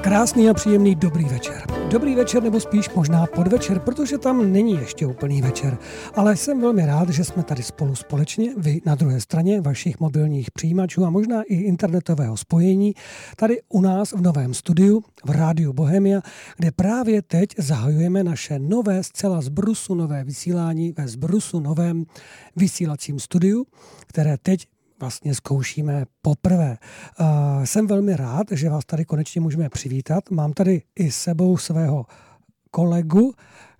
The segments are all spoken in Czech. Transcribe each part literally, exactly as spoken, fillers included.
Krásný a příjemný dobrý večer. Dobrý večer nebo spíš možná podvečer, protože tam není ještě úplný večer. Ale jsem velmi rád, že jsme tady spolu společně, vy na druhé straně vašich mobilních přijímačů a možná i internetového spojení, tady u nás v novém studiu, v Rádiu Bohemia, kde právě teď zahajujeme naše nové, zcela zbrusu nové vysílání ve zbrusu novém vysílacím studiu, které teď vlastně zkoušíme poprvé. Uh, jsem velmi rád, že vás tady konečně můžeme přivítat. Mám tady i s sebou svého kolegu.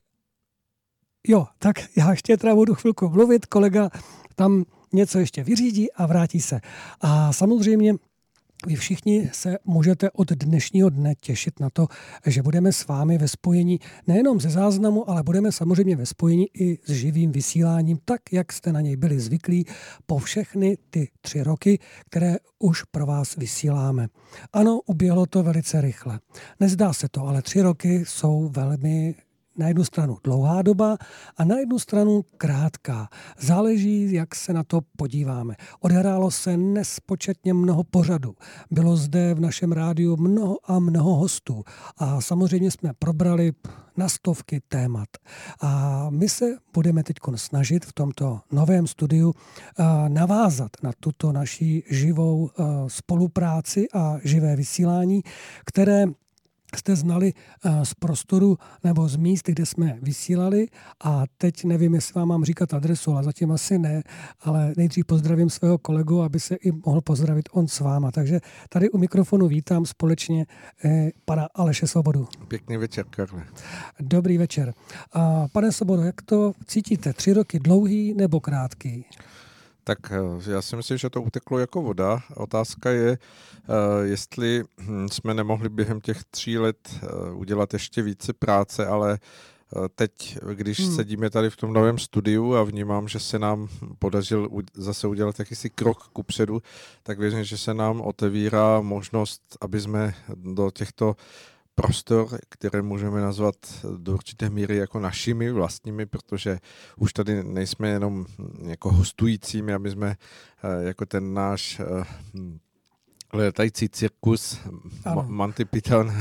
Jo, tak já ještě teda budu chvilku mluvit. Kolega tam něco ještě vyřídí a vrátí se. A samozřejmě vy všichni se můžete od dnešního dne těšit na to, že budeme s vámi ve spojení nejenom ze záznamu, ale budeme samozřejmě ve spojení i s živým vysíláním, tak jak jste na něj byli zvyklí po všechny ty tři roky, které už pro vás vysíláme. Ano, uběhlo to velice rychle. Nezdá se to, ale tři roky jsou velmi na jednu stranu dlouhá doba a na jednu stranu krátká. Záleží, jak se na to podíváme. Odehrálo se nespočetně mnoho pořadů. Bylo zde v našem rádiu mnoho a mnoho hostů. A samozřejmě jsme probrali na stovky témat. A my se budeme teď snažit v tomto novém studiu navázat na tuto naši živou spolupráci a živé vysílání, které jste znali z prostoru nebo z míst, kde jsme vysílali a teď nevím, jestli vám mám říkat adresu, ale zatím asi ne, ale nejdřív pozdravím svého kolegu, aby se i mohl pozdravit on s váma. Takže tady u mikrofonu vítám společně eh, pana Aleše Svobodu. Pěkný večer, Karle. Dobrý večer. A pane Svobodo, jak to cítíte? Tři roky dlouhý nebo krátký? Tak já si myslím, že to uteklo jako voda. Otázka je, jestli jsme nemohli během těch tří let udělat ještě více práce, ale teď, když hmm. sedíme tady v tom novém studiu a vnímám, že se nám podařil zase udělat jakýsi krok kupředu, tak věřím, že se nám otevírá možnost, aby jsme do těchto prostor, které můžeme nazvat do určité míry jako našimi vlastními, protože už tady nejsme jenom jako hostujícími, aby jsme jako ten náš létající cirkus Monty Python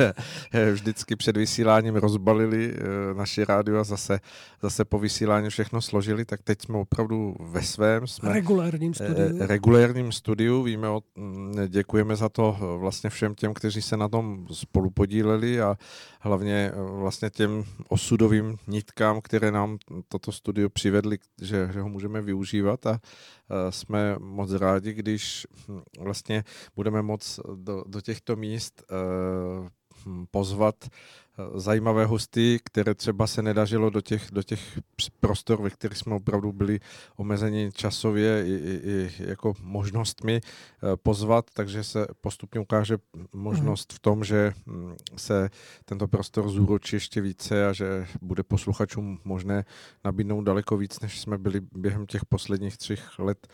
vždycky před vysíláním rozbalili naše rádio a zase, zase po vysílání všechno složili, tak teď jsme opravdu ve svém. Jsme regulérním studiu. Regulérním studiu. Víme, o, děkujeme za to vlastně všem těm, kteří se na tom spolupodíleli a hlavně vlastně těm osudovým nitkám, které nám toto studio přivedly, že, že ho můžeme využívat a jsme moc rádi, když vlastně budeme moc do, do těchto míst uh, pozvat zajímavé hosty, které třeba se nedařilo do těch, do těch prostor, ve kterých jsme opravdu byli omezeni časově i, i, i jako možnostmi pozvat, takže se postupně ukáže možnost v tom, že se tento prostor zúročí ještě více a že bude posluchačům možné nabídnout daleko víc, než jsme byli během těch posledních třech let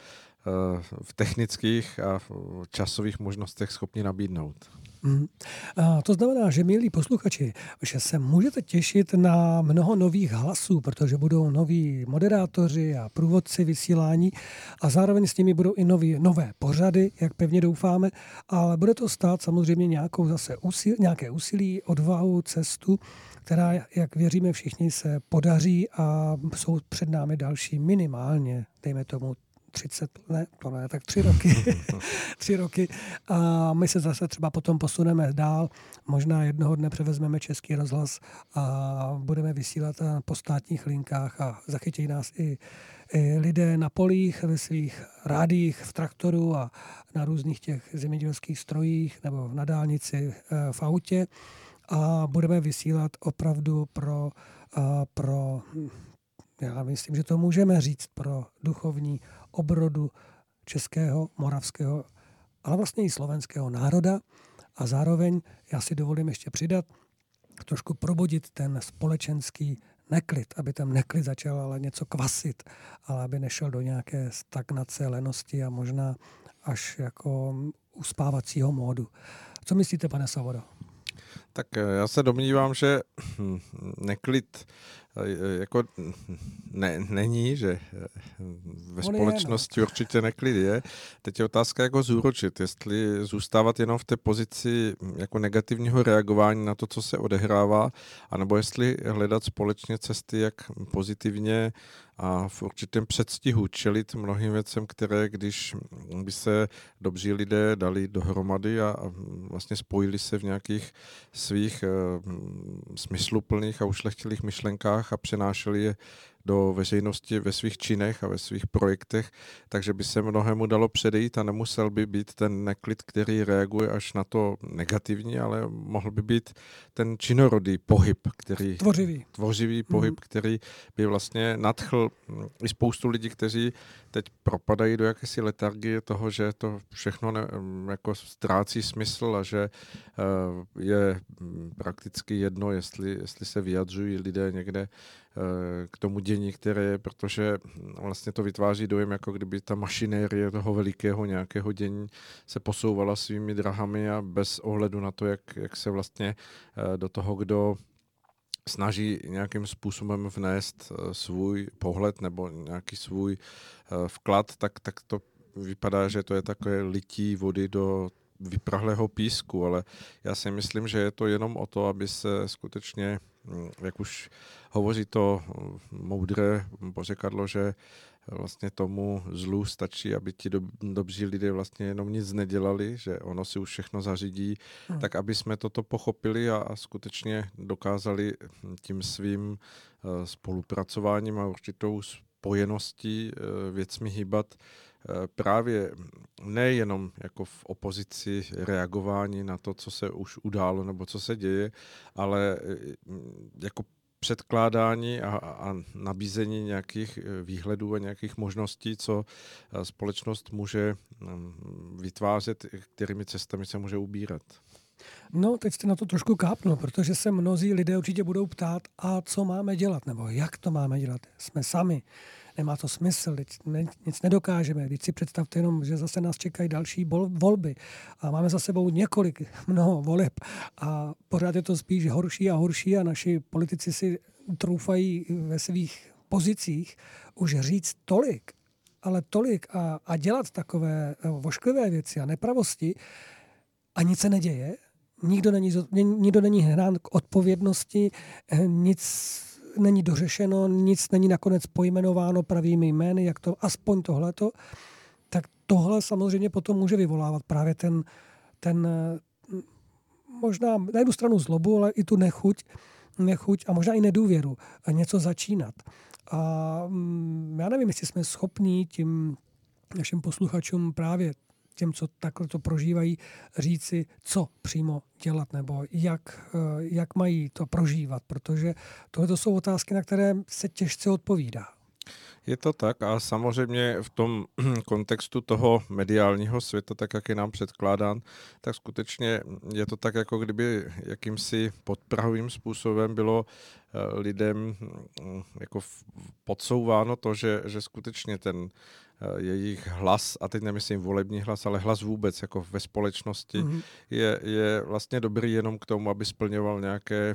v technických a v časových možnostech schopni nabídnout. Mm. A to znamená, že milí posluchači, že se můžete těšit na mnoho nových hlasů, protože budou noví moderátoři a průvodci vysílání a zároveň s nimi budou i nový, nové pořady, jak pevně doufáme, ale bude to stát samozřejmě nějakou zase úsil, nějaké úsilí, odvahu, cestu, která, jak věříme všichni, se podaří a jsou před námi další minimálně, dejme tomu, třicet, ne, to ne, tak tři roky. tři roky. A my se zase třeba potom posuneme dál. Možná jednoho dne převezmeme Český rozhlas a budeme vysílat po státních linkách a zachytí nás i, i lidé na polích, ve svých rádiích, v traktoru a na různých těch zemědělských strojích nebo na dálnici v autě. A budeme vysílat opravdu pro, pro já myslím, že to můžeme říct, pro duchovní obrodu českého, moravského, ale vlastně i slovenského národa a zároveň já si dovolím ještě přidat, trošku probudit ten společenský neklid, aby ten neklid začal ale něco kvasit, ale aby nešel do nějaké stagnace, lenosti a možná až jako uspávacího módu. Co myslíte, pane Svobodo? Tak já se domnívám, že neklid jako ne, není, že ve společnosti je, no. Určitě neklid je. Teď je otázka, jak ho zúročit, jestli zůstávat jenom v té pozici jako negativního reagování na to, co se odehrává, anebo jestli hledat společně cesty, jak pozitivně a v určitém předstihu čelit mnohým věcem, které, když by se dobří lidé dali dohromady a vlastně spojili se v nějakých svých uh, smysluplných a ušlechtilých myšlenkách a přenášeli je do veřejnosti ve svých činech a ve svých projektech, takže by se mnohému dalo předejít a nemusel by být ten neklid, který reaguje až na to negativní, ale mohl by být ten činorodý pohyb, který... Tvořivý. Tvořivý pohyb, mm. který by vlastně nadchl i spoustu lidí, kteří teď propadají do jakési letargie toho, že to všechno ne, jako ztrácí smysl a že uh, je prakticky jedno, jestli, jestli se vyjadřují lidé někde k tomu dění, které je, protože vlastně to vytváří dojem, jako kdyby ta mašinérie toho velikého nějakého dění se posouvala svými drahami a bez ohledu na to, jak, jak se vlastně do toho, kdo snaží nějakým způsobem vnést svůj pohled nebo nějaký svůj vklad, tak, tak to vypadá, že to je takové lití vody do vyprahlého písku, ale já si myslím, že je to jenom o to, aby se skutečně, jak už hovoří to moudré pořekadlo, že vlastně tomu zlu stačí, aby ti dob, dobří lidé vlastně jenom nic nedělali, že ono si už všechno zařídí, hmm. tak aby jsme toto pochopili a, a skutečně dokázali tím svým uh, spolupracováním a určitou spojeností uh, věcmi hýbat právě nejenom jako v opozici reagování na to, co se už událo nebo co se děje, ale jako předkládání a, a nabízení nějakých výhledů a nějakých možností, co společnost může vytvářet, kterými cestami se může ubírat. No, teď jste na to trošku kápnul, protože se mnozí lidé určitě budou ptát, a co máme dělat, nebo jak to máme dělat. Jsme sami, nemá to smysl, teď ne, nic nedokážeme. Teď si představte jenom, že zase nás čekají další bol, volby a máme za sebou několik, mnoho voleb a pořád je to spíš horší a horší a naši politici si troufají ve svých pozicích už říct tolik, ale tolik a, a dělat takové vošklivé věci a nepravosti a nic se neděje. Nikdo není, nikdo není hrán k odpovědnosti, nic není dořešeno, nic není nakonec pojmenováno pravými jmény, jak to, aspoň tohleto, tak tohle samozřejmě potom může vyvolávat právě ten, ten možná na jednu stranu zlobu, ale i tu nechuť, nechuť a možná i nedůvěru něco začínat. A já nevím, jestli jsme schopní tím našim posluchačům právě těm, co takhle to prožívají, říci, co přímo dělat nebo jak, jak mají to prožívat, protože tohle jsou otázky, na které se těžce odpovídá. Je to tak a samozřejmě v tom kontextu toho mediálního světa, tak jak je nám předkládán, tak skutečně je to tak, jako kdyby jakýmsi podprahovým způsobem bylo lidem jako podsouváno to, že, že skutečně ten jejich hlas, a teď nemyslím volební hlas, ale hlas vůbec jako ve společnosti, mm-hmm. je, je vlastně dobrý jenom k tomu, aby splňoval nějaké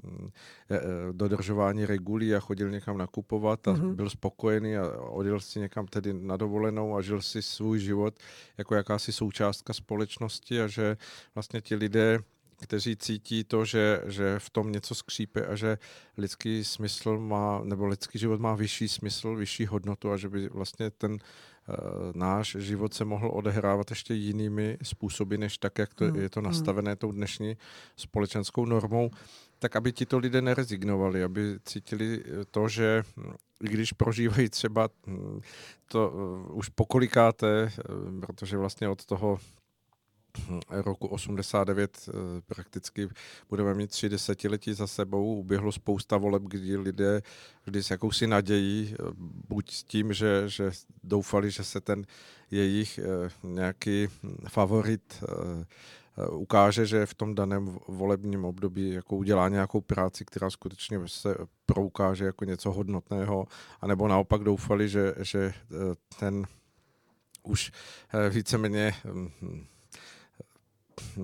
dodržování regulí a chodil někam nakupovat a mm-hmm. byl spokojený a odjel si někam tedy na dovolenou a žil si svůj život jako jakási součástka společnosti a že vlastně ti lidé, kteří cítí to, že, že v tom něco skřípe a že lidský smysl má, nebo lidský život má vyšší smysl, vyšší hodnotu a že by vlastně ten uh, náš život se mohl odehrávat ještě jinými způsoby, než tak, jak to, hmm. je to nastavené tou dnešní společenskou normou, tak aby tito lidé nerezignovali, aby cítili to, že i když prožívají třeba to uh, už pokolikáté, uh, protože vlastně od toho roku osmdesát devět prakticky budeme mít tři desetiletí za sebou. Uběhlo spousta voleb, kdy lidé kdy s jakousi nadějí, buď s tím, že, že doufali, že se ten jejich nějaký favorit ukáže, že v tom daném volebním období jako udělá nějakou práci, která skutečně se proukáže jako něco hodnotného, anebo naopak doufali, že, že ten už víceméně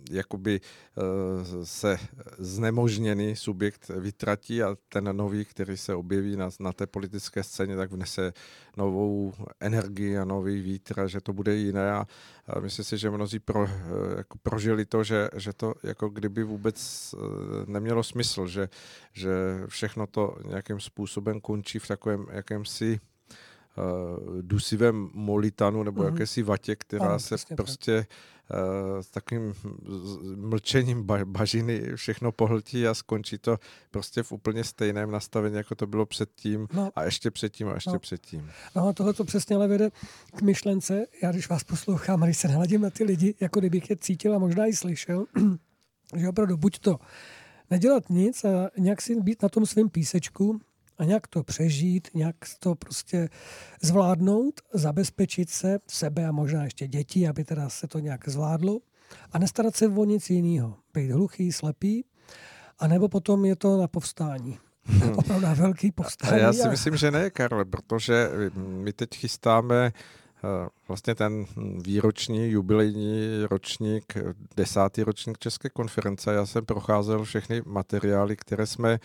jakoby se znemožněný subjekt vytratí a ten nový, který se objeví na, na té politické scéně, tak vnese novou energii a nový vítr a že to bude jiné a, a myslím si, že mnozí pro, jako prožili to, že, že to jako kdyby vůbec nemělo smysl, že, že všechno to nějakým způsobem končí v takovém jakémsi uh, dusivém molitanu nebo mm-hmm. jakési vatě, která ano, se prostě uh, s takovým mlčením ba- bažiny všechno pohltí a skončí to prostě v úplně stejném nastavení, jako to bylo předtím no, a ještě předtím a ještě no, předtím. No a tohle to přesně ale vede k myšlence, já když vás poslouchám a když se naladím na ty lidi, jako kdybych je cítil a možná i slyšel, že opravdu buď to nedělat nic a nějak si být na tom svém písečku a nějak to přežít, nějak to prostě zvládnout, zabezpečit se, sebe a možná ještě děti, aby teda se to nějak zvládlo a nestarat se o nic jiného. Být hluchý, slepý, anebo potom je to na povstání. Hmm. Opravdu na velký povstání. Já si myslím, že ne, Karle, protože my teď chystáme vlastně ten výroční, jubilejní ročník, desátý ročník České konference. Já jsem procházel všechny materiály, které jsme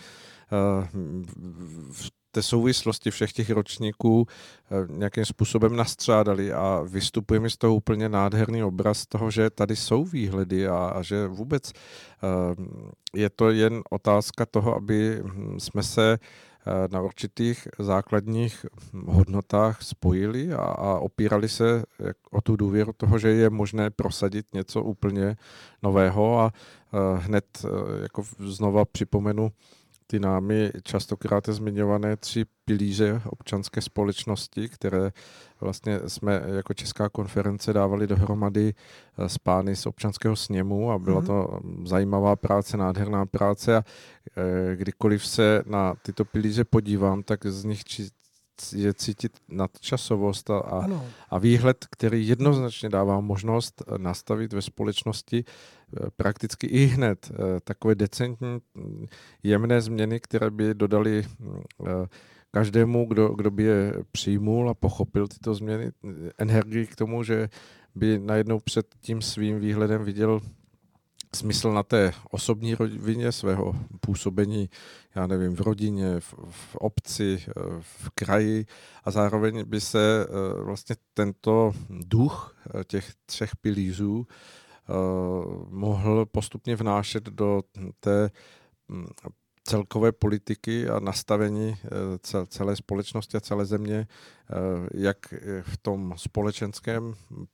v té souvislosti všech těch ročníků nějakým způsobem nastřádali a vystupuje mi z toho úplně nádherný obraz toho, že tady jsou výhledy a, a že vůbec je to jen otázka toho, aby jsme se na určitých základních hodnotách spojili a, a opírali se o tu důvěru toho, že je možné prosadit něco úplně nového a hned jako znova připomenu ty námi častokrát zmiňované tři pilíře občanské společnosti, které vlastně jsme jako Česká konference dávali dohromady s pány z občanského sněmu a byla to zajímavá práce, nádherná práce a kdykoliv se na tyto pilíře podívám, tak z nich či, je cítit nadčasovost a, a, a výhled, který jednoznačně dává možnost nastavit ve společnosti prakticky i hned takové decentní, jemné změny, které by dodali každému, kdo, kdo by je přijmul a pochopil tyto změny, energii k tomu, že by najednou před tím svým výhledem viděl smysl na té osobní rovině svého působení, já nevím, v rodině, v, v obci, v kraji a zároveň by se vlastně tento duch těch třech pilířů mohl postupně vnášet do té celkové politiky a nastavení celé společnosti a celé země, jak v tom společenském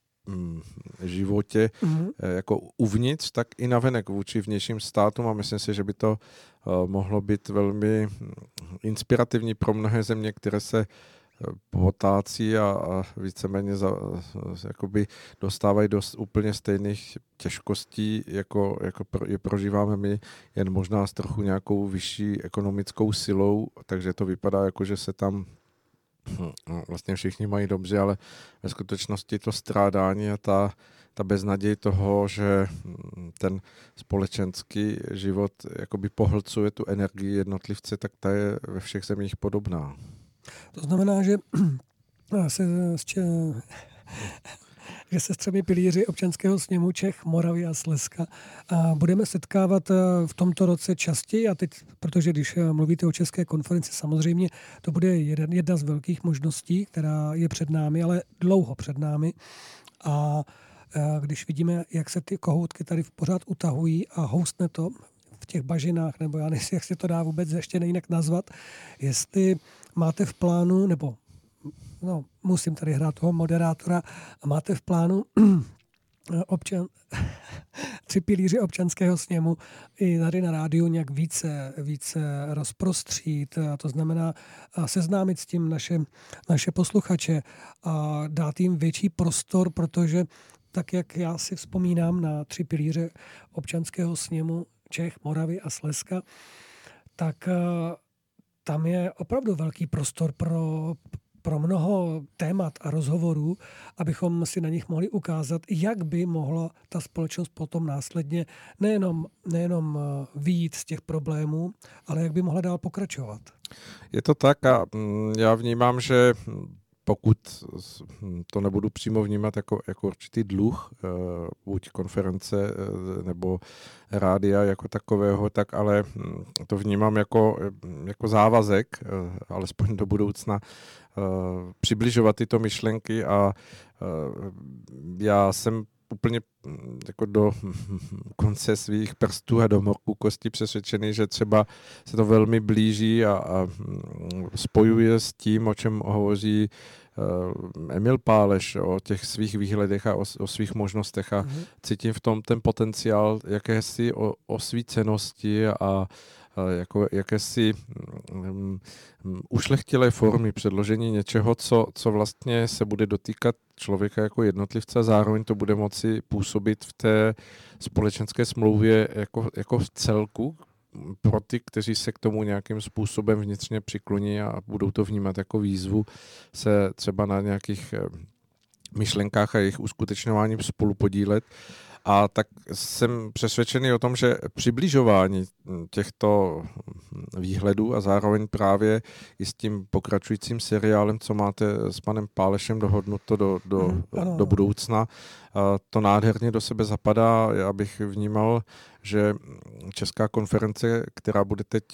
životě mm-hmm. jako uvnitř, tak i navenek vůči vnějším státům a myslím si, že by to mohlo být velmi inspirativní pro mnohé země, které se potácí a, a víceméně za, jakoby dostávají do úplně stejných těžkostí, jako, jako pro, je prožíváme my, jen možná s trochu nějakou vyšší ekonomickou silou, takže to vypadá jako, že se tam vlastně všichni mají dobře, ale ve skutečnosti to strádání a ta, ta beznaděj toho, že ten společenský život jakoby pohlcuje tu energii jednotlivce, tak ta je ve všech zemích podobná. To znamená, že se, že se s třemi pilíři občanského sněmu Čech, Moravy a Slezska a budeme setkávat v tomto roce častěji a teď, protože když mluvíte o České konferenci, samozřejmě to bude jeden, jedna z velkých možností, která je před námi, ale dlouho před námi a když vidíme, jak se ty kohoutky tady pořád utahují a houstne to v těch bažinách, nebo já nevím, jak se to dá vůbec ještě jinak nazvat, jestli máte v plánu, nebo no, musím tady hrát toho moderátora, máte v plánu občan, tři pilíři občanského sněmu i tady na rádiu nějak více, více rozprostřít, a to znamená seznámit s tím naše, naše posluchače a dát jim větší prostor, protože tak, jak já si vzpomínám na tři pilíře občanského sněmu Čech, Moravy a Slezska, tak tam je opravdu velký prostor pro, pro mnoho témat a rozhovorů, abychom si na nich mohli ukázat, jak by mohla ta společnost potom následně nejenom, nejenom vyjít z těch problémů, ale jak by mohla dál pokračovat. Je to tak a já vnímám, že pokud to nebudu přímo vnímat jako, jako určitý dluh, buď konference nebo rádia jako takového, tak ale to vnímám jako, jako závazek, alespoň do budoucna, přibližovat tyto myšlenky a já jsem úplně jako do konce svých prstů a do morku kosti přesvědčený, že třeba se to velmi blíží a, a spojuje s tím, o čem hovoří uh, Emil Páleš, o těch svých výhledech a o, o svých možnostech a mm-hmm. cítím v tom ten potenciál jakési o, osvícenosti a jako jakési um, ušlechtilé formy předložení něčeho, co, co vlastně se bude dotýkat člověka jako jednotlivce a zároveň to bude moci působit v té společenské smlouvě jako, jako v celku pro ty, kteří se k tomu nějakým způsobem vnitřně přikloní a budou to vnímat jako výzvu se třeba na nějakých myšlenkách a jejich uskutečňováním spolu podílet. A tak jsem přesvědčený o tom, že přibližování těchto výhledů a zároveň právě i s tím pokračujícím seriálem, co máte s panem Pálešem dohodnuto do, do, mm, do budoucna, to nádherně do sebe zapadá. Já bych vnímal, že Česká konference, která bude teď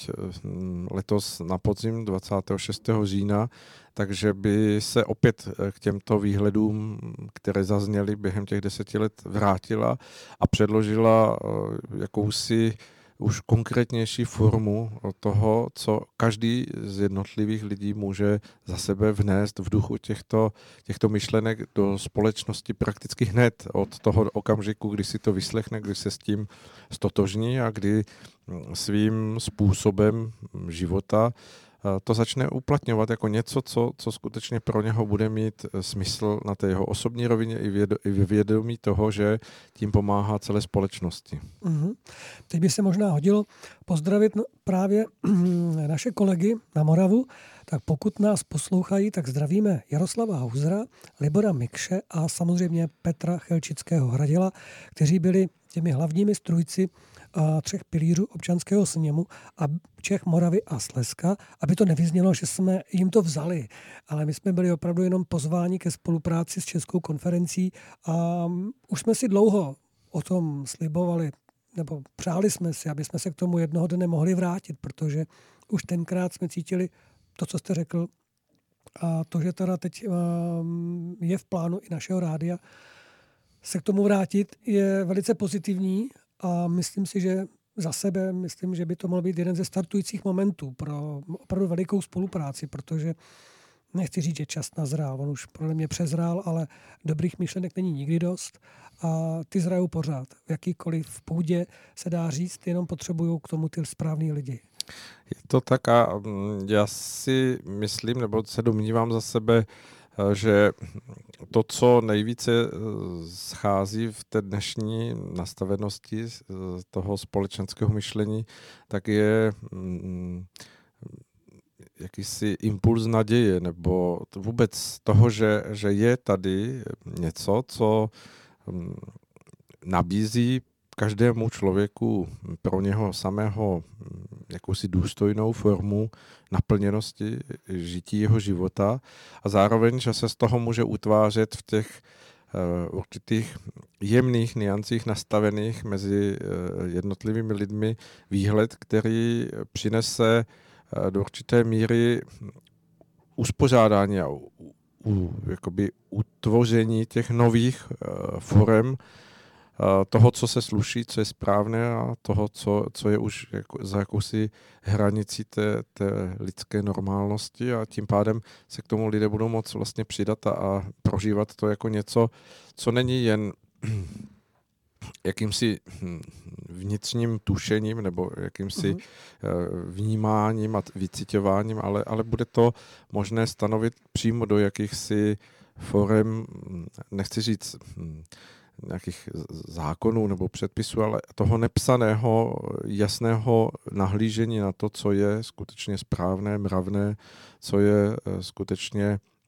letos na podzim dvacátého šestého října, takže by se opět k těmto výhledům, které zazněly během těch deseti let, vrátila a předložila jakousi už konkrétnější formu toho, co každý z jednotlivých lidí může za sebe vnést v duchu těchto, těchto myšlenek do společnosti prakticky hned od toho okamžiku, kdy si to vyslechne, kdy se s tím stotožní a kdy svým způsobem života to začne uplatňovat jako něco, co, co skutečně pro něho bude mít smysl na té jeho osobní rovině i, vědo, i vědomí toho, že tím pomáhá celé společnosti. Mm-hmm. Teď by se možná hodilo pozdravit právě naše kolegy na Moravu, tak pokud nás poslouchají, tak zdravíme Jaroslava Hausera, Libora Mikše a samozřejmě Petra Chelčického Hradila, kteří byli těmi hlavními strůjci a třech pilířů občanského sněmu a Čech, Moravy a Slezska, aby to nevyznělo, že jsme jim to vzali. Ale my jsme byli opravdu jenom pozváni ke spolupráci s Českou konferencí a už jsme si dlouho o tom slibovali, nebo přáli jsme si, aby jsme se k tomu jednoho dne mohli vrátit, protože už tenkrát jsme cítili to, co jste řekl, a to, že teda teď je v plánu i našeho rádia se k tomu vrátit, je velice pozitivní. A myslím si, že za sebe, myslím, že by to mohl být jeden ze startujících momentů pro opravdu velikou spolupráci, protože nechci říct, že čas nazrál, on už podle mě přezrál, ale dobrých myšlenek není nikdy dost a ty zrajou pořád. V jakýkoliv půdě se dá říct, jenom potřebují k tomu ty správný lidi. Je to tak a já si myslím, nebo se domnívám za sebe, že to, co nejvíce schází v té dnešní nastavenosti toho společenského myšlení, tak je jakýsi impuls naděje, nebo vůbec toho, že, že je tady něco, co nabízí každému člověku pro něho samého jakousi důstojnou formu naplněnosti žití jeho života a zároveň, že se z toho může utvářet v těch uh, určitých jemných niancích nastavených mezi uh, jednotlivými lidmi výhled, který přinese uh, do určité míry uspořádání a u, u, jakoby utvoření těch nových uh, forem toho, co se sluší, co je správné a toho, co, co je už jako, za jakousi hranicí té, té lidské normálnosti a tím pádem se k tomu lidé budou moct vlastně přidat a, a prožívat to jako něco, co není jen jakýmsi vnitřním tušením nebo jakýmsi uh-huh. vnímáním a vyciťováním, ale, ale bude to možné stanovit přímo do jakýchsi forem, nechci říct nějakých zákonů nebo předpisů, ale toho nepsaného, jasného nahlížení na to, co je skutečně správné, mravné, co je skutečně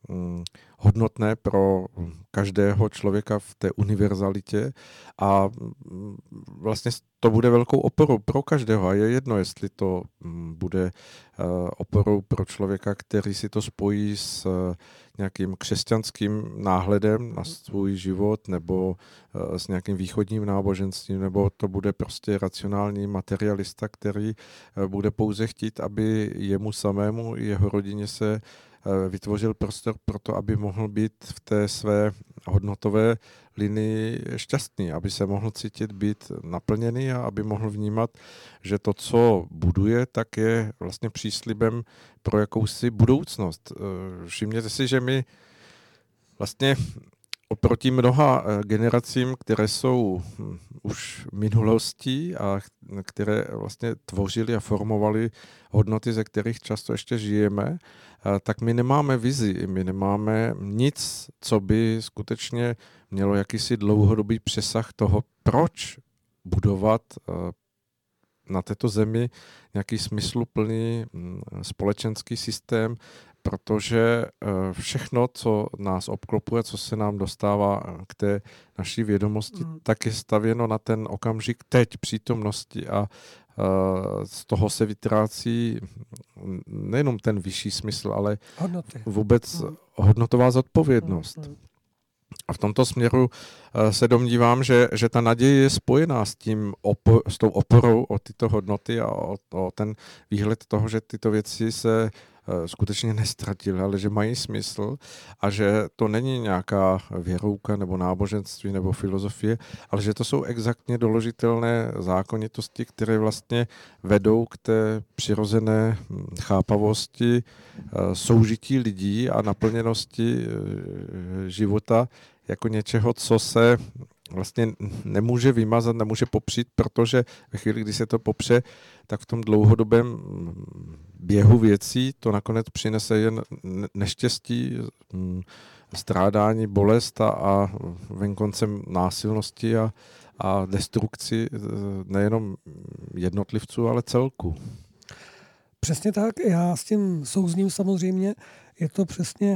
hodnotné pro každého člověka v té univerzalitě a vlastně to bude velkou oporou pro každého a je jedno, jestli to bude oporou pro člověka, který si to spojí s nějakým křesťanským náhledem na svůj život nebo s nějakým východním náboženstvím, nebo to bude prostě racionální materialista, který bude pouze chtít, aby jemu samému i jeho rodině se vytvořil prostor pro to, aby mohl být v té své hodnotové linii šťastný, aby se mohl cítit být naplněný a aby mohl vnímat, že to, co buduje, tak je vlastně příslibem pro jakousi budoucnost. Všimněte si, že my vlastně oproti mnoha generacím, které jsou už minulostí a které vlastně tvořily a formovaly hodnoty, ze kterých často ještě žijeme, tak my nemáme vizi, my nemáme nic, co by skutečně mělo jakýsi dlouhodobý přesah toho, proč budovat na této zemi nějaký smysluplný společenský systém, protože všechno, co nás obklopuje, co se nám dostává k té naší vědomosti, mm. tak je stavěno na ten okamžik teď přítomnosti a z toho se vytrácí nejenom ten vyšší smysl, ale hodnoty. Vůbec mm. hodnotová zodpovědnost. Mm. A v tomto směru se domnívám, že, že ta naděje je spojená s, tím opo- s tou oporou o tyto hodnoty a o, o ten výhled toho, že tyto věci se skutečně nestratily, ale že mají smysl a že to není nějaká věrouka nebo náboženství nebo filozofie, ale že to jsou exaktně doložitelné zákonitosti, které vlastně vedou k té přirozené chápavosti soužití lidí a naplněnosti života jako něčeho, co se vlastně nemůže vymazat, nemůže popřít, protože ve chvíli, kdy se to popře, tak v tom dlouhodobém běhu věcí to nakonec přinese jen neštěstí, strádání, bolest a, a venkoncem násilnosti a, a destrukci nejenom jednotlivců, ale celku. Přesně tak, já s tím souzním samozřejmě. Je to přesně,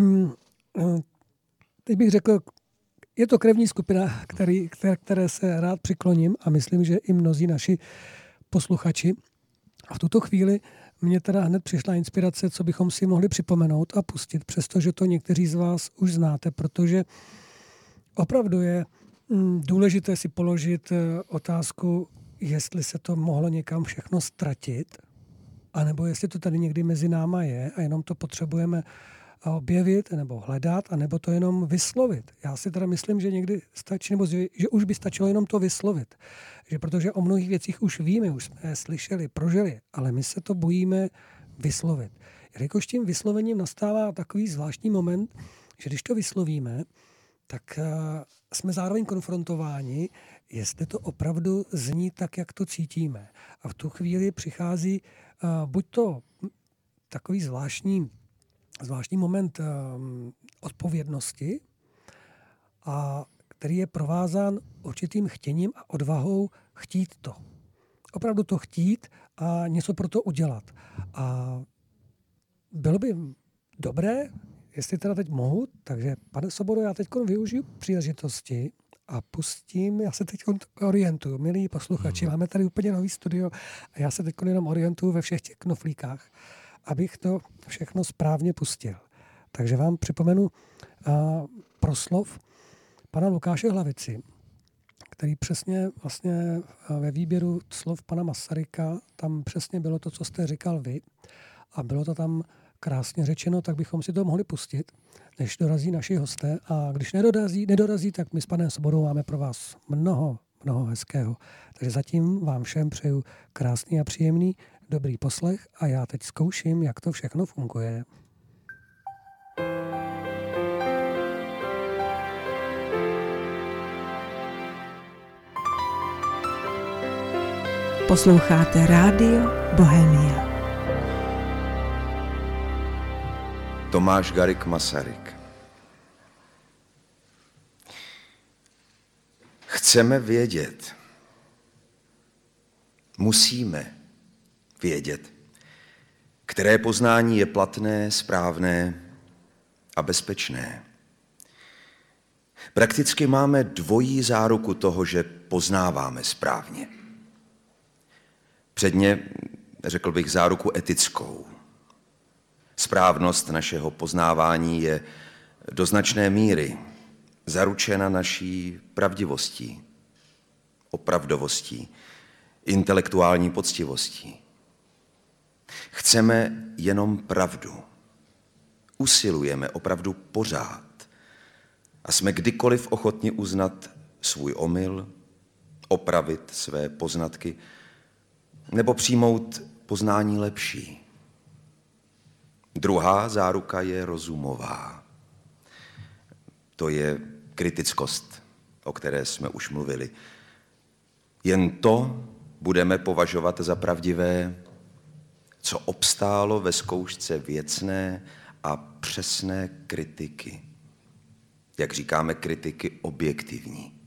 teď bych řekl, je to krevní skupina, který, které, které se rád přikloním a myslím, že i mnozí naši posluchači. A v tuto chvíli mě teda hned přišla inspirace, co bychom si mohli připomenout a pustit, přestože to někteří z vás už znáte, protože opravdu je důležité si položit otázku, jestli se to mohlo někam všechno ztratit, anebo jestli to tady někdy mezi náma je a jenom to potřebujeme objevit nebo hledat, anebo to jenom vyslovit. Já si teda myslím, že někdy stačí, nebo že už by stačilo jenom to vyslovit. Že protože o mnohých věcích už víme, už jsme je slyšeli, prožili, ale my se to bojíme vyslovit. Jelikož tím vyslovením nastává takový zvláštní moment, že když to vyslovíme, tak uh, jsme zároveň konfrontováni, jestli to opravdu zní tak, jak to cítíme. A v tu chvíli přichází uh, buď to takový zvláštní zvláštní moment um, odpovědnosti, a který je provázán určitým chtěním a odvahou chtít to. Opravdu to chtít a něco pro to udělat. A bylo by dobré, jestli teda teď mohu, takže pane Svobodo, já teď využiju příležitosti a pustím, já se teď orientuju, milí posluchači, máme tady úplně nový studio a já se teď jenom orientuju ve všech těch knoflíkách, abych to všechno správně pustil. Takže vám připomenu uh, proslov pana Lukáše Hlavici, který přesně vlastně uh, ve výběru slov pana Masaryka, tam přesně bylo to, co jste říkal vy, a bylo to tam krásně řečeno, tak bychom si to mohli pustit, než dorazí naši hosté. A když nedorazí, nedorazí, tak my s panem Svobodou máme pro vás mnoho, mnoho hezkého. Takže zatím vám všem přeju krásný a příjemný dobrý poslech a já teď zkouším, jak to všechno funguje. Posloucháte Rádio Bohemia. Tomáš Garrigue Masaryk. Chceme vědět. Musíme vědět, které poznání je platné, správné a bezpečné. Prakticky máme dvojí záruku toho, že poznáváme správně. Předně, řekl bych, záruku etickou. Správnost našeho poznávání je do značné míry zaručena naší pravdivostí, opravdovostí, intelektuální poctivostí. Chceme jenom pravdu. Usilujeme opravdu pořád a jsme kdykoliv ochotni uznat svůj omyl, opravit své poznatky nebo přijmout poznání lepší. Druhá záruka je rozumová. To je kritickost, o které jsme už mluvili. Jen to budeme považovat za pravdivé, co obstálo ve zkoušce věcné a přesné kritiky. Jak říkáme, kritiky objektivní.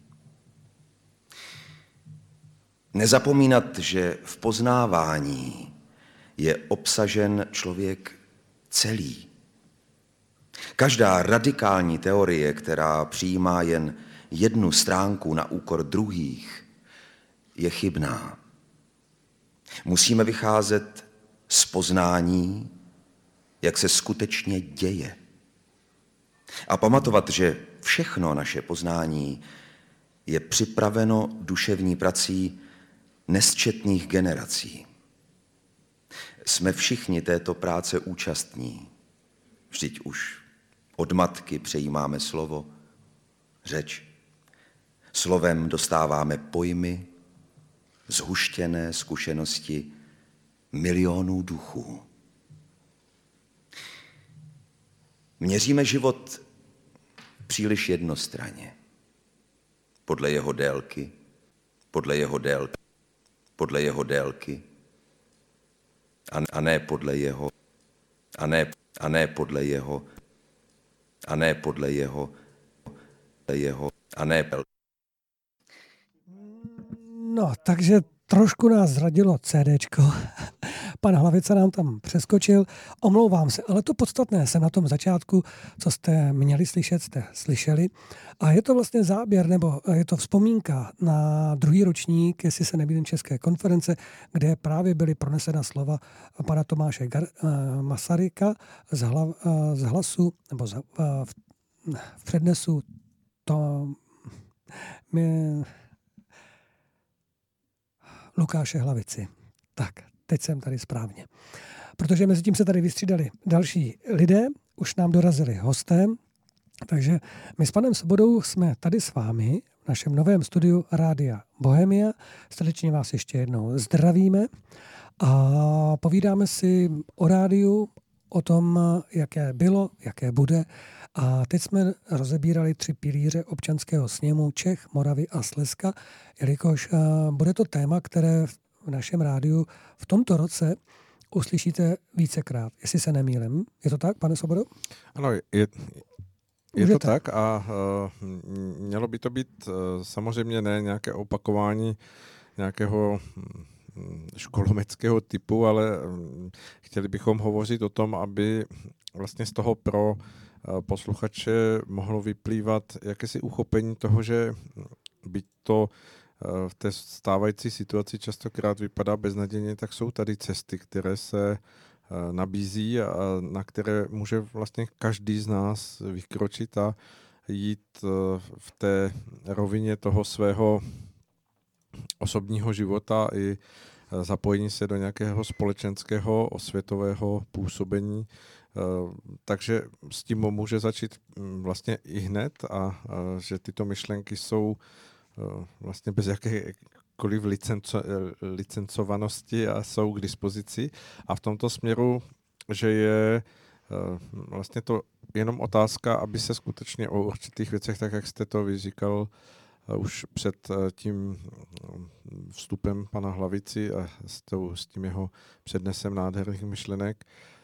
Nezapomínat, že v poznávání je obsažen člověk celý. Každá radikální teorie, která přijímá jen jednu stránku na úkor druhých, je chybná. Musíme vycházet z poznání, jak se skutečně děje. A pamatovat, že všechno naše poznání je připraveno duševní prací nesčetných generací. Jsme všichni této práce účastní. Vždyť už od matky přejímáme slovo, řeč. Slovem dostáváme pojmy, zhuštěné zkušenosti milionů duchů. Měříme život příliš jednostranně. Podle jeho délky, podle jeho délky, podle jeho délky, a, a ne podle jeho, a ne, a ne podle jeho, a ne podle jeho, jeho, a ne. No, takže trošku nás zradilo CDčko. Pan Hlavica nám tam přeskočil. Omlouvám se, ale to podstatné se na tom začátku, co jste měli slyšet, jste slyšeli. A je to vlastně záběr, nebo je to vzpomínka na druhý ročník, jestli se nemýlím, České konference, kde právě byly pronesena slova pana Tomáše Gar- Masaryka z, hla- z hlasu, nebo z, v, v přednesu to... My, Lukáše Hlavici. Tak, teď jsem tady správně. Protože mezi tím se tady vystřídali další lidé, už nám dorazili hosté, takže my s panem Svobodou jsme tady s vámi v našem novém studiu Rádia Bohemia. Srdečně vás ještě jednou zdravíme a povídáme si o rádiu, o tom, jaké bylo, jaké bude. A teď jsme rozebírali tři pilíře občanského sněmu Čech, Moravy a Slezska, jelikož uh, bude to téma, které v našem rádiu v tomto roce uslyšíte vícekrát, jestli se nemýlím. Je to tak, pane Svobodo? Ano, je, je to tak a uh, mělo by to být uh, samozřejmě ne nějaké opakování nějakého školomeckého typu, ale um, chtěli bychom hovořit o tom, aby vlastně z toho pro posluchače mohlo vyplývat jakési uchopení toho, že byť to v té stávající situaci častokrát vypadá beznadějně, tak jsou tady cesty, které se nabízí a na které může vlastně každý z nás vykročit a jít v té rovině toho svého osobního života i zapojení se do nějakého společenského osvětového působení. Takže s tím může začít vlastně i hned a že tyto myšlenky jsou vlastně bez jakékoliv licenco, licencovanosti a jsou k dispozici. A v tomto směru, že je vlastně to jenom otázka, aby se skutečně o určitých věcech, tak jak jste to vyříkal už před tím vstupem pana Hlavici a s tím jeho přednesem nádherných myšlenek,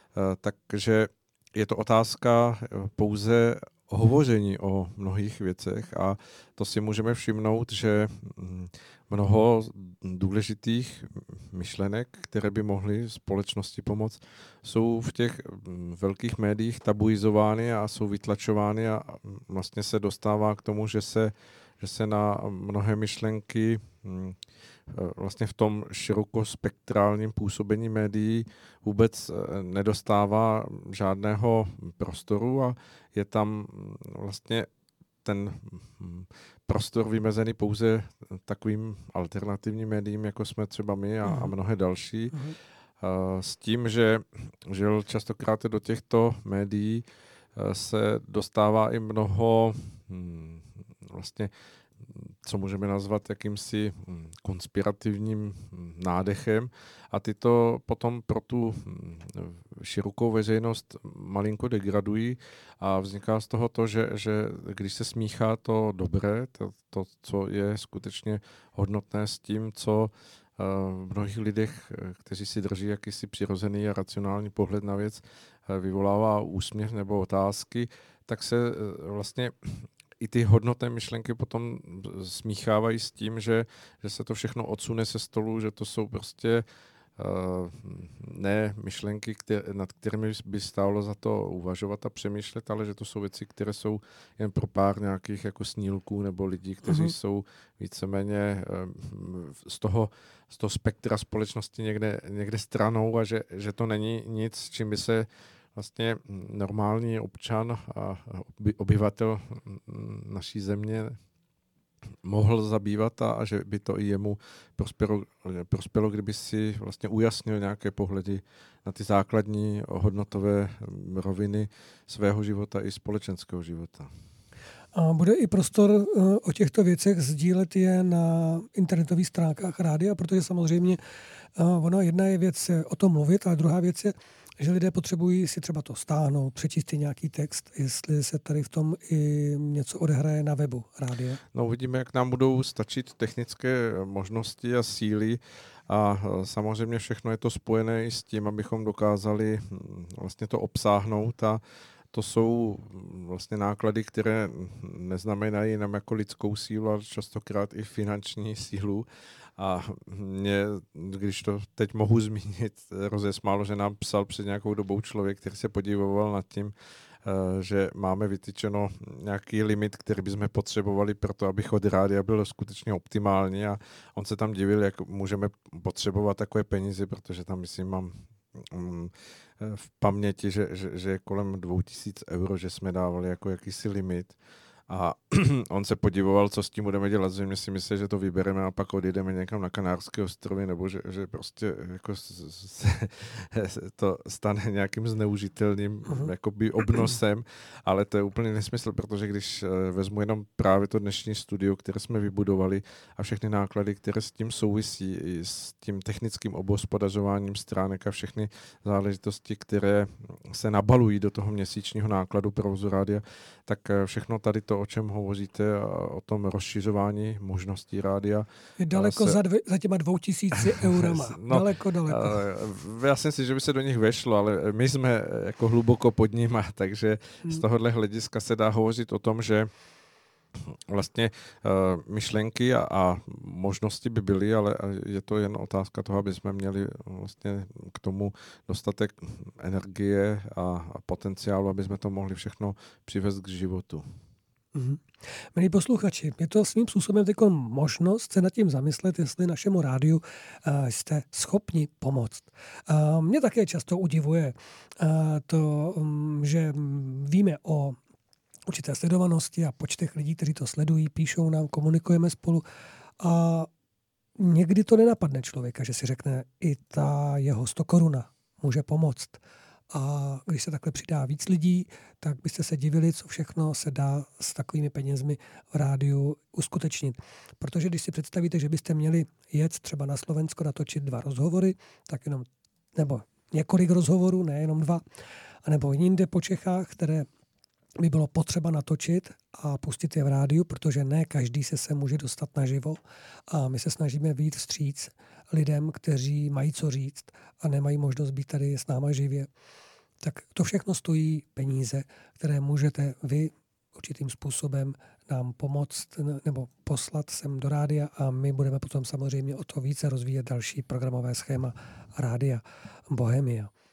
takže je to otázka pouze hovoření o mnohých věcech a to si můžeme všimnout, že mnoho důležitých myšlenek, které by mohly společnosti pomoct, jsou v těch velkých médiích tabuizovány a jsou vytlačovány a vlastně se dostává k tomu, že se, že se na mnohé myšlenky vlastně v tom širokospektrálním působení médií vůbec nedostává žádného prostoru a je tam vlastně ten prostor vymezený pouze takovým alternativním médiím, jako jsme třeba my a, a mnohé další. Uh-huh. S tím, že, že častokrát do těchto médií se dostává i mnoho hm, vlastně co můžeme nazvat jakýmsi konspirativním nádechem a ty to potom pro tu širokou veřejnost malinko degradují a vzniká z toho to, že, že když se smíchá to dobré, to, to, co je skutečně hodnotné s tím, co v mnohých lidech, kteří si drží jakýsi přirozený a racionální pohled na věc, vyvolává úsměv nebo otázky, tak se vlastně i ty hodnotné myšlenky potom smíchávají s tím, že, že se to všechno odsune se stolu, že to jsou prostě uh, ne myšlenky, které, nad kterými by stálo za to uvažovat a přemýšlet, ale že to jsou věci, které jsou jen pro pár nějakých jako snílků nebo lidí, kteří mm-hmm. jsou víceméně uh, z toho, z toho spektra společnosti někde, někde stranou a že, že to není nic, s čím by se vlastně normální občan a obyvatel naší země mohl zabývat a, a že by to i jemu prospělo, prospělo, kdyby si vlastně ujasnil nějaké pohledy na ty základní hodnotové roviny svého života i společenského života. A bude i prostor o těchto věcech sdílet je na internetových stránkách rádia, protože samozřejmě ono jedna je věc o tom mluvit, a druhá věc je, že lidé potřebují si třeba to stáhnout, přečíst si nějaký text, jestli se tady v tom i něco odehraje na webu rádia. No uvidíme, jak nám budou stačit technické možnosti a síly a samozřejmě všechno je to spojené i s tím, abychom dokázali vlastně to obsáhnout a to jsou vlastně náklady, které neznamenají jenom jako lidskou sílu, ale častokrát i finanční sílu. A mě, když to teď mohu zmínit, rozesmálo, že nám psal před nějakou dobou člověk, který se podíval nad tím, že máme vytyčeno nějaký limit, který bychom potřebovali pro to, aby chod rádia byl skutečně optimální a on se tam divil, jak můžeme potřebovat takové peníze, protože tam, myslím, mám v paměti, že, že, že je kolem dvou tisíc euro, že jsme dávali jako jakýsi limit. A on se podíval, co s tím budeme dělat, že my si myslí, že to vybereme a pak odjedeme někam na Kanárské ostrovy, nebo že, že prostě jako se to stane nějakým zneužitelným uh-huh. jakoby obnosem, ale to je úplně nesmysl, protože když vezmu jenom právě to dnešní studio, které jsme vybudovali a všechny náklady, které s tím souvisí, i s tím technickým obhospodařováním stránek a všechny záležitosti, které se nabalují do toho měsíčního nákladu provozu rádia, tak všechno tady to, o čem hovoříte, o tom rozšiřování možností rádia. Je daleko se... za, dvě, za těma dvou tisíci eurama. No, daleko, daleko. Já si myslím, že by se do nich vešlo, ale my jsme jako hluboko pod nima, takže hmm. z tohohle hlediska se dá hovořit o tom, že vlastně uh, myšlenky a, a možnosti by byly, ale je to jen otázka toho, aby jsme měli vlastně k tomu dostatek energie a, a potenciálu, aby jsme to mohli všechno přivést k životu. Mm-hmm. Milí posluchači, je to svým způsobem taková možnost se nad tím zamyslet, jestli našemu rádiu uh, jste schopni pomoct. Uh, mě také často udivuje uh, to, um, že víme o určité sledovanosti a počtech lidí, kteří to sledují, píšou nám, komunikujeme spolu a někdy to nenapadne člověka, že si řekne, i ta jeho sto koruna může pomoct. A když se takhle přidá víc lidí, tak byste se divili, co všechno se dá s takovými penězmi v rádiu uskutečnit. Protože když si představíte, že byste měli jet třeba na Slovensko natočit dva rozhovory, tak jenom, nebo několik rozhovorů, ne jenom dva, anebo jinde po Čechách, které by bylo potřeba natočit a pustit je v rádiu, protože ne každý se sem může dostat naživo a my se snažíme vyjít vstříc lidem, kteří mají co říct a nemají možnost být tady s náma živě. Tak to všechno stojí peníze, které můžete vy určitým způsobem nám pomoct nebo poslat sem do rádia a my budeme potom samozřejmě o to více rozvíjet další programové schéma Rádia Bohemia.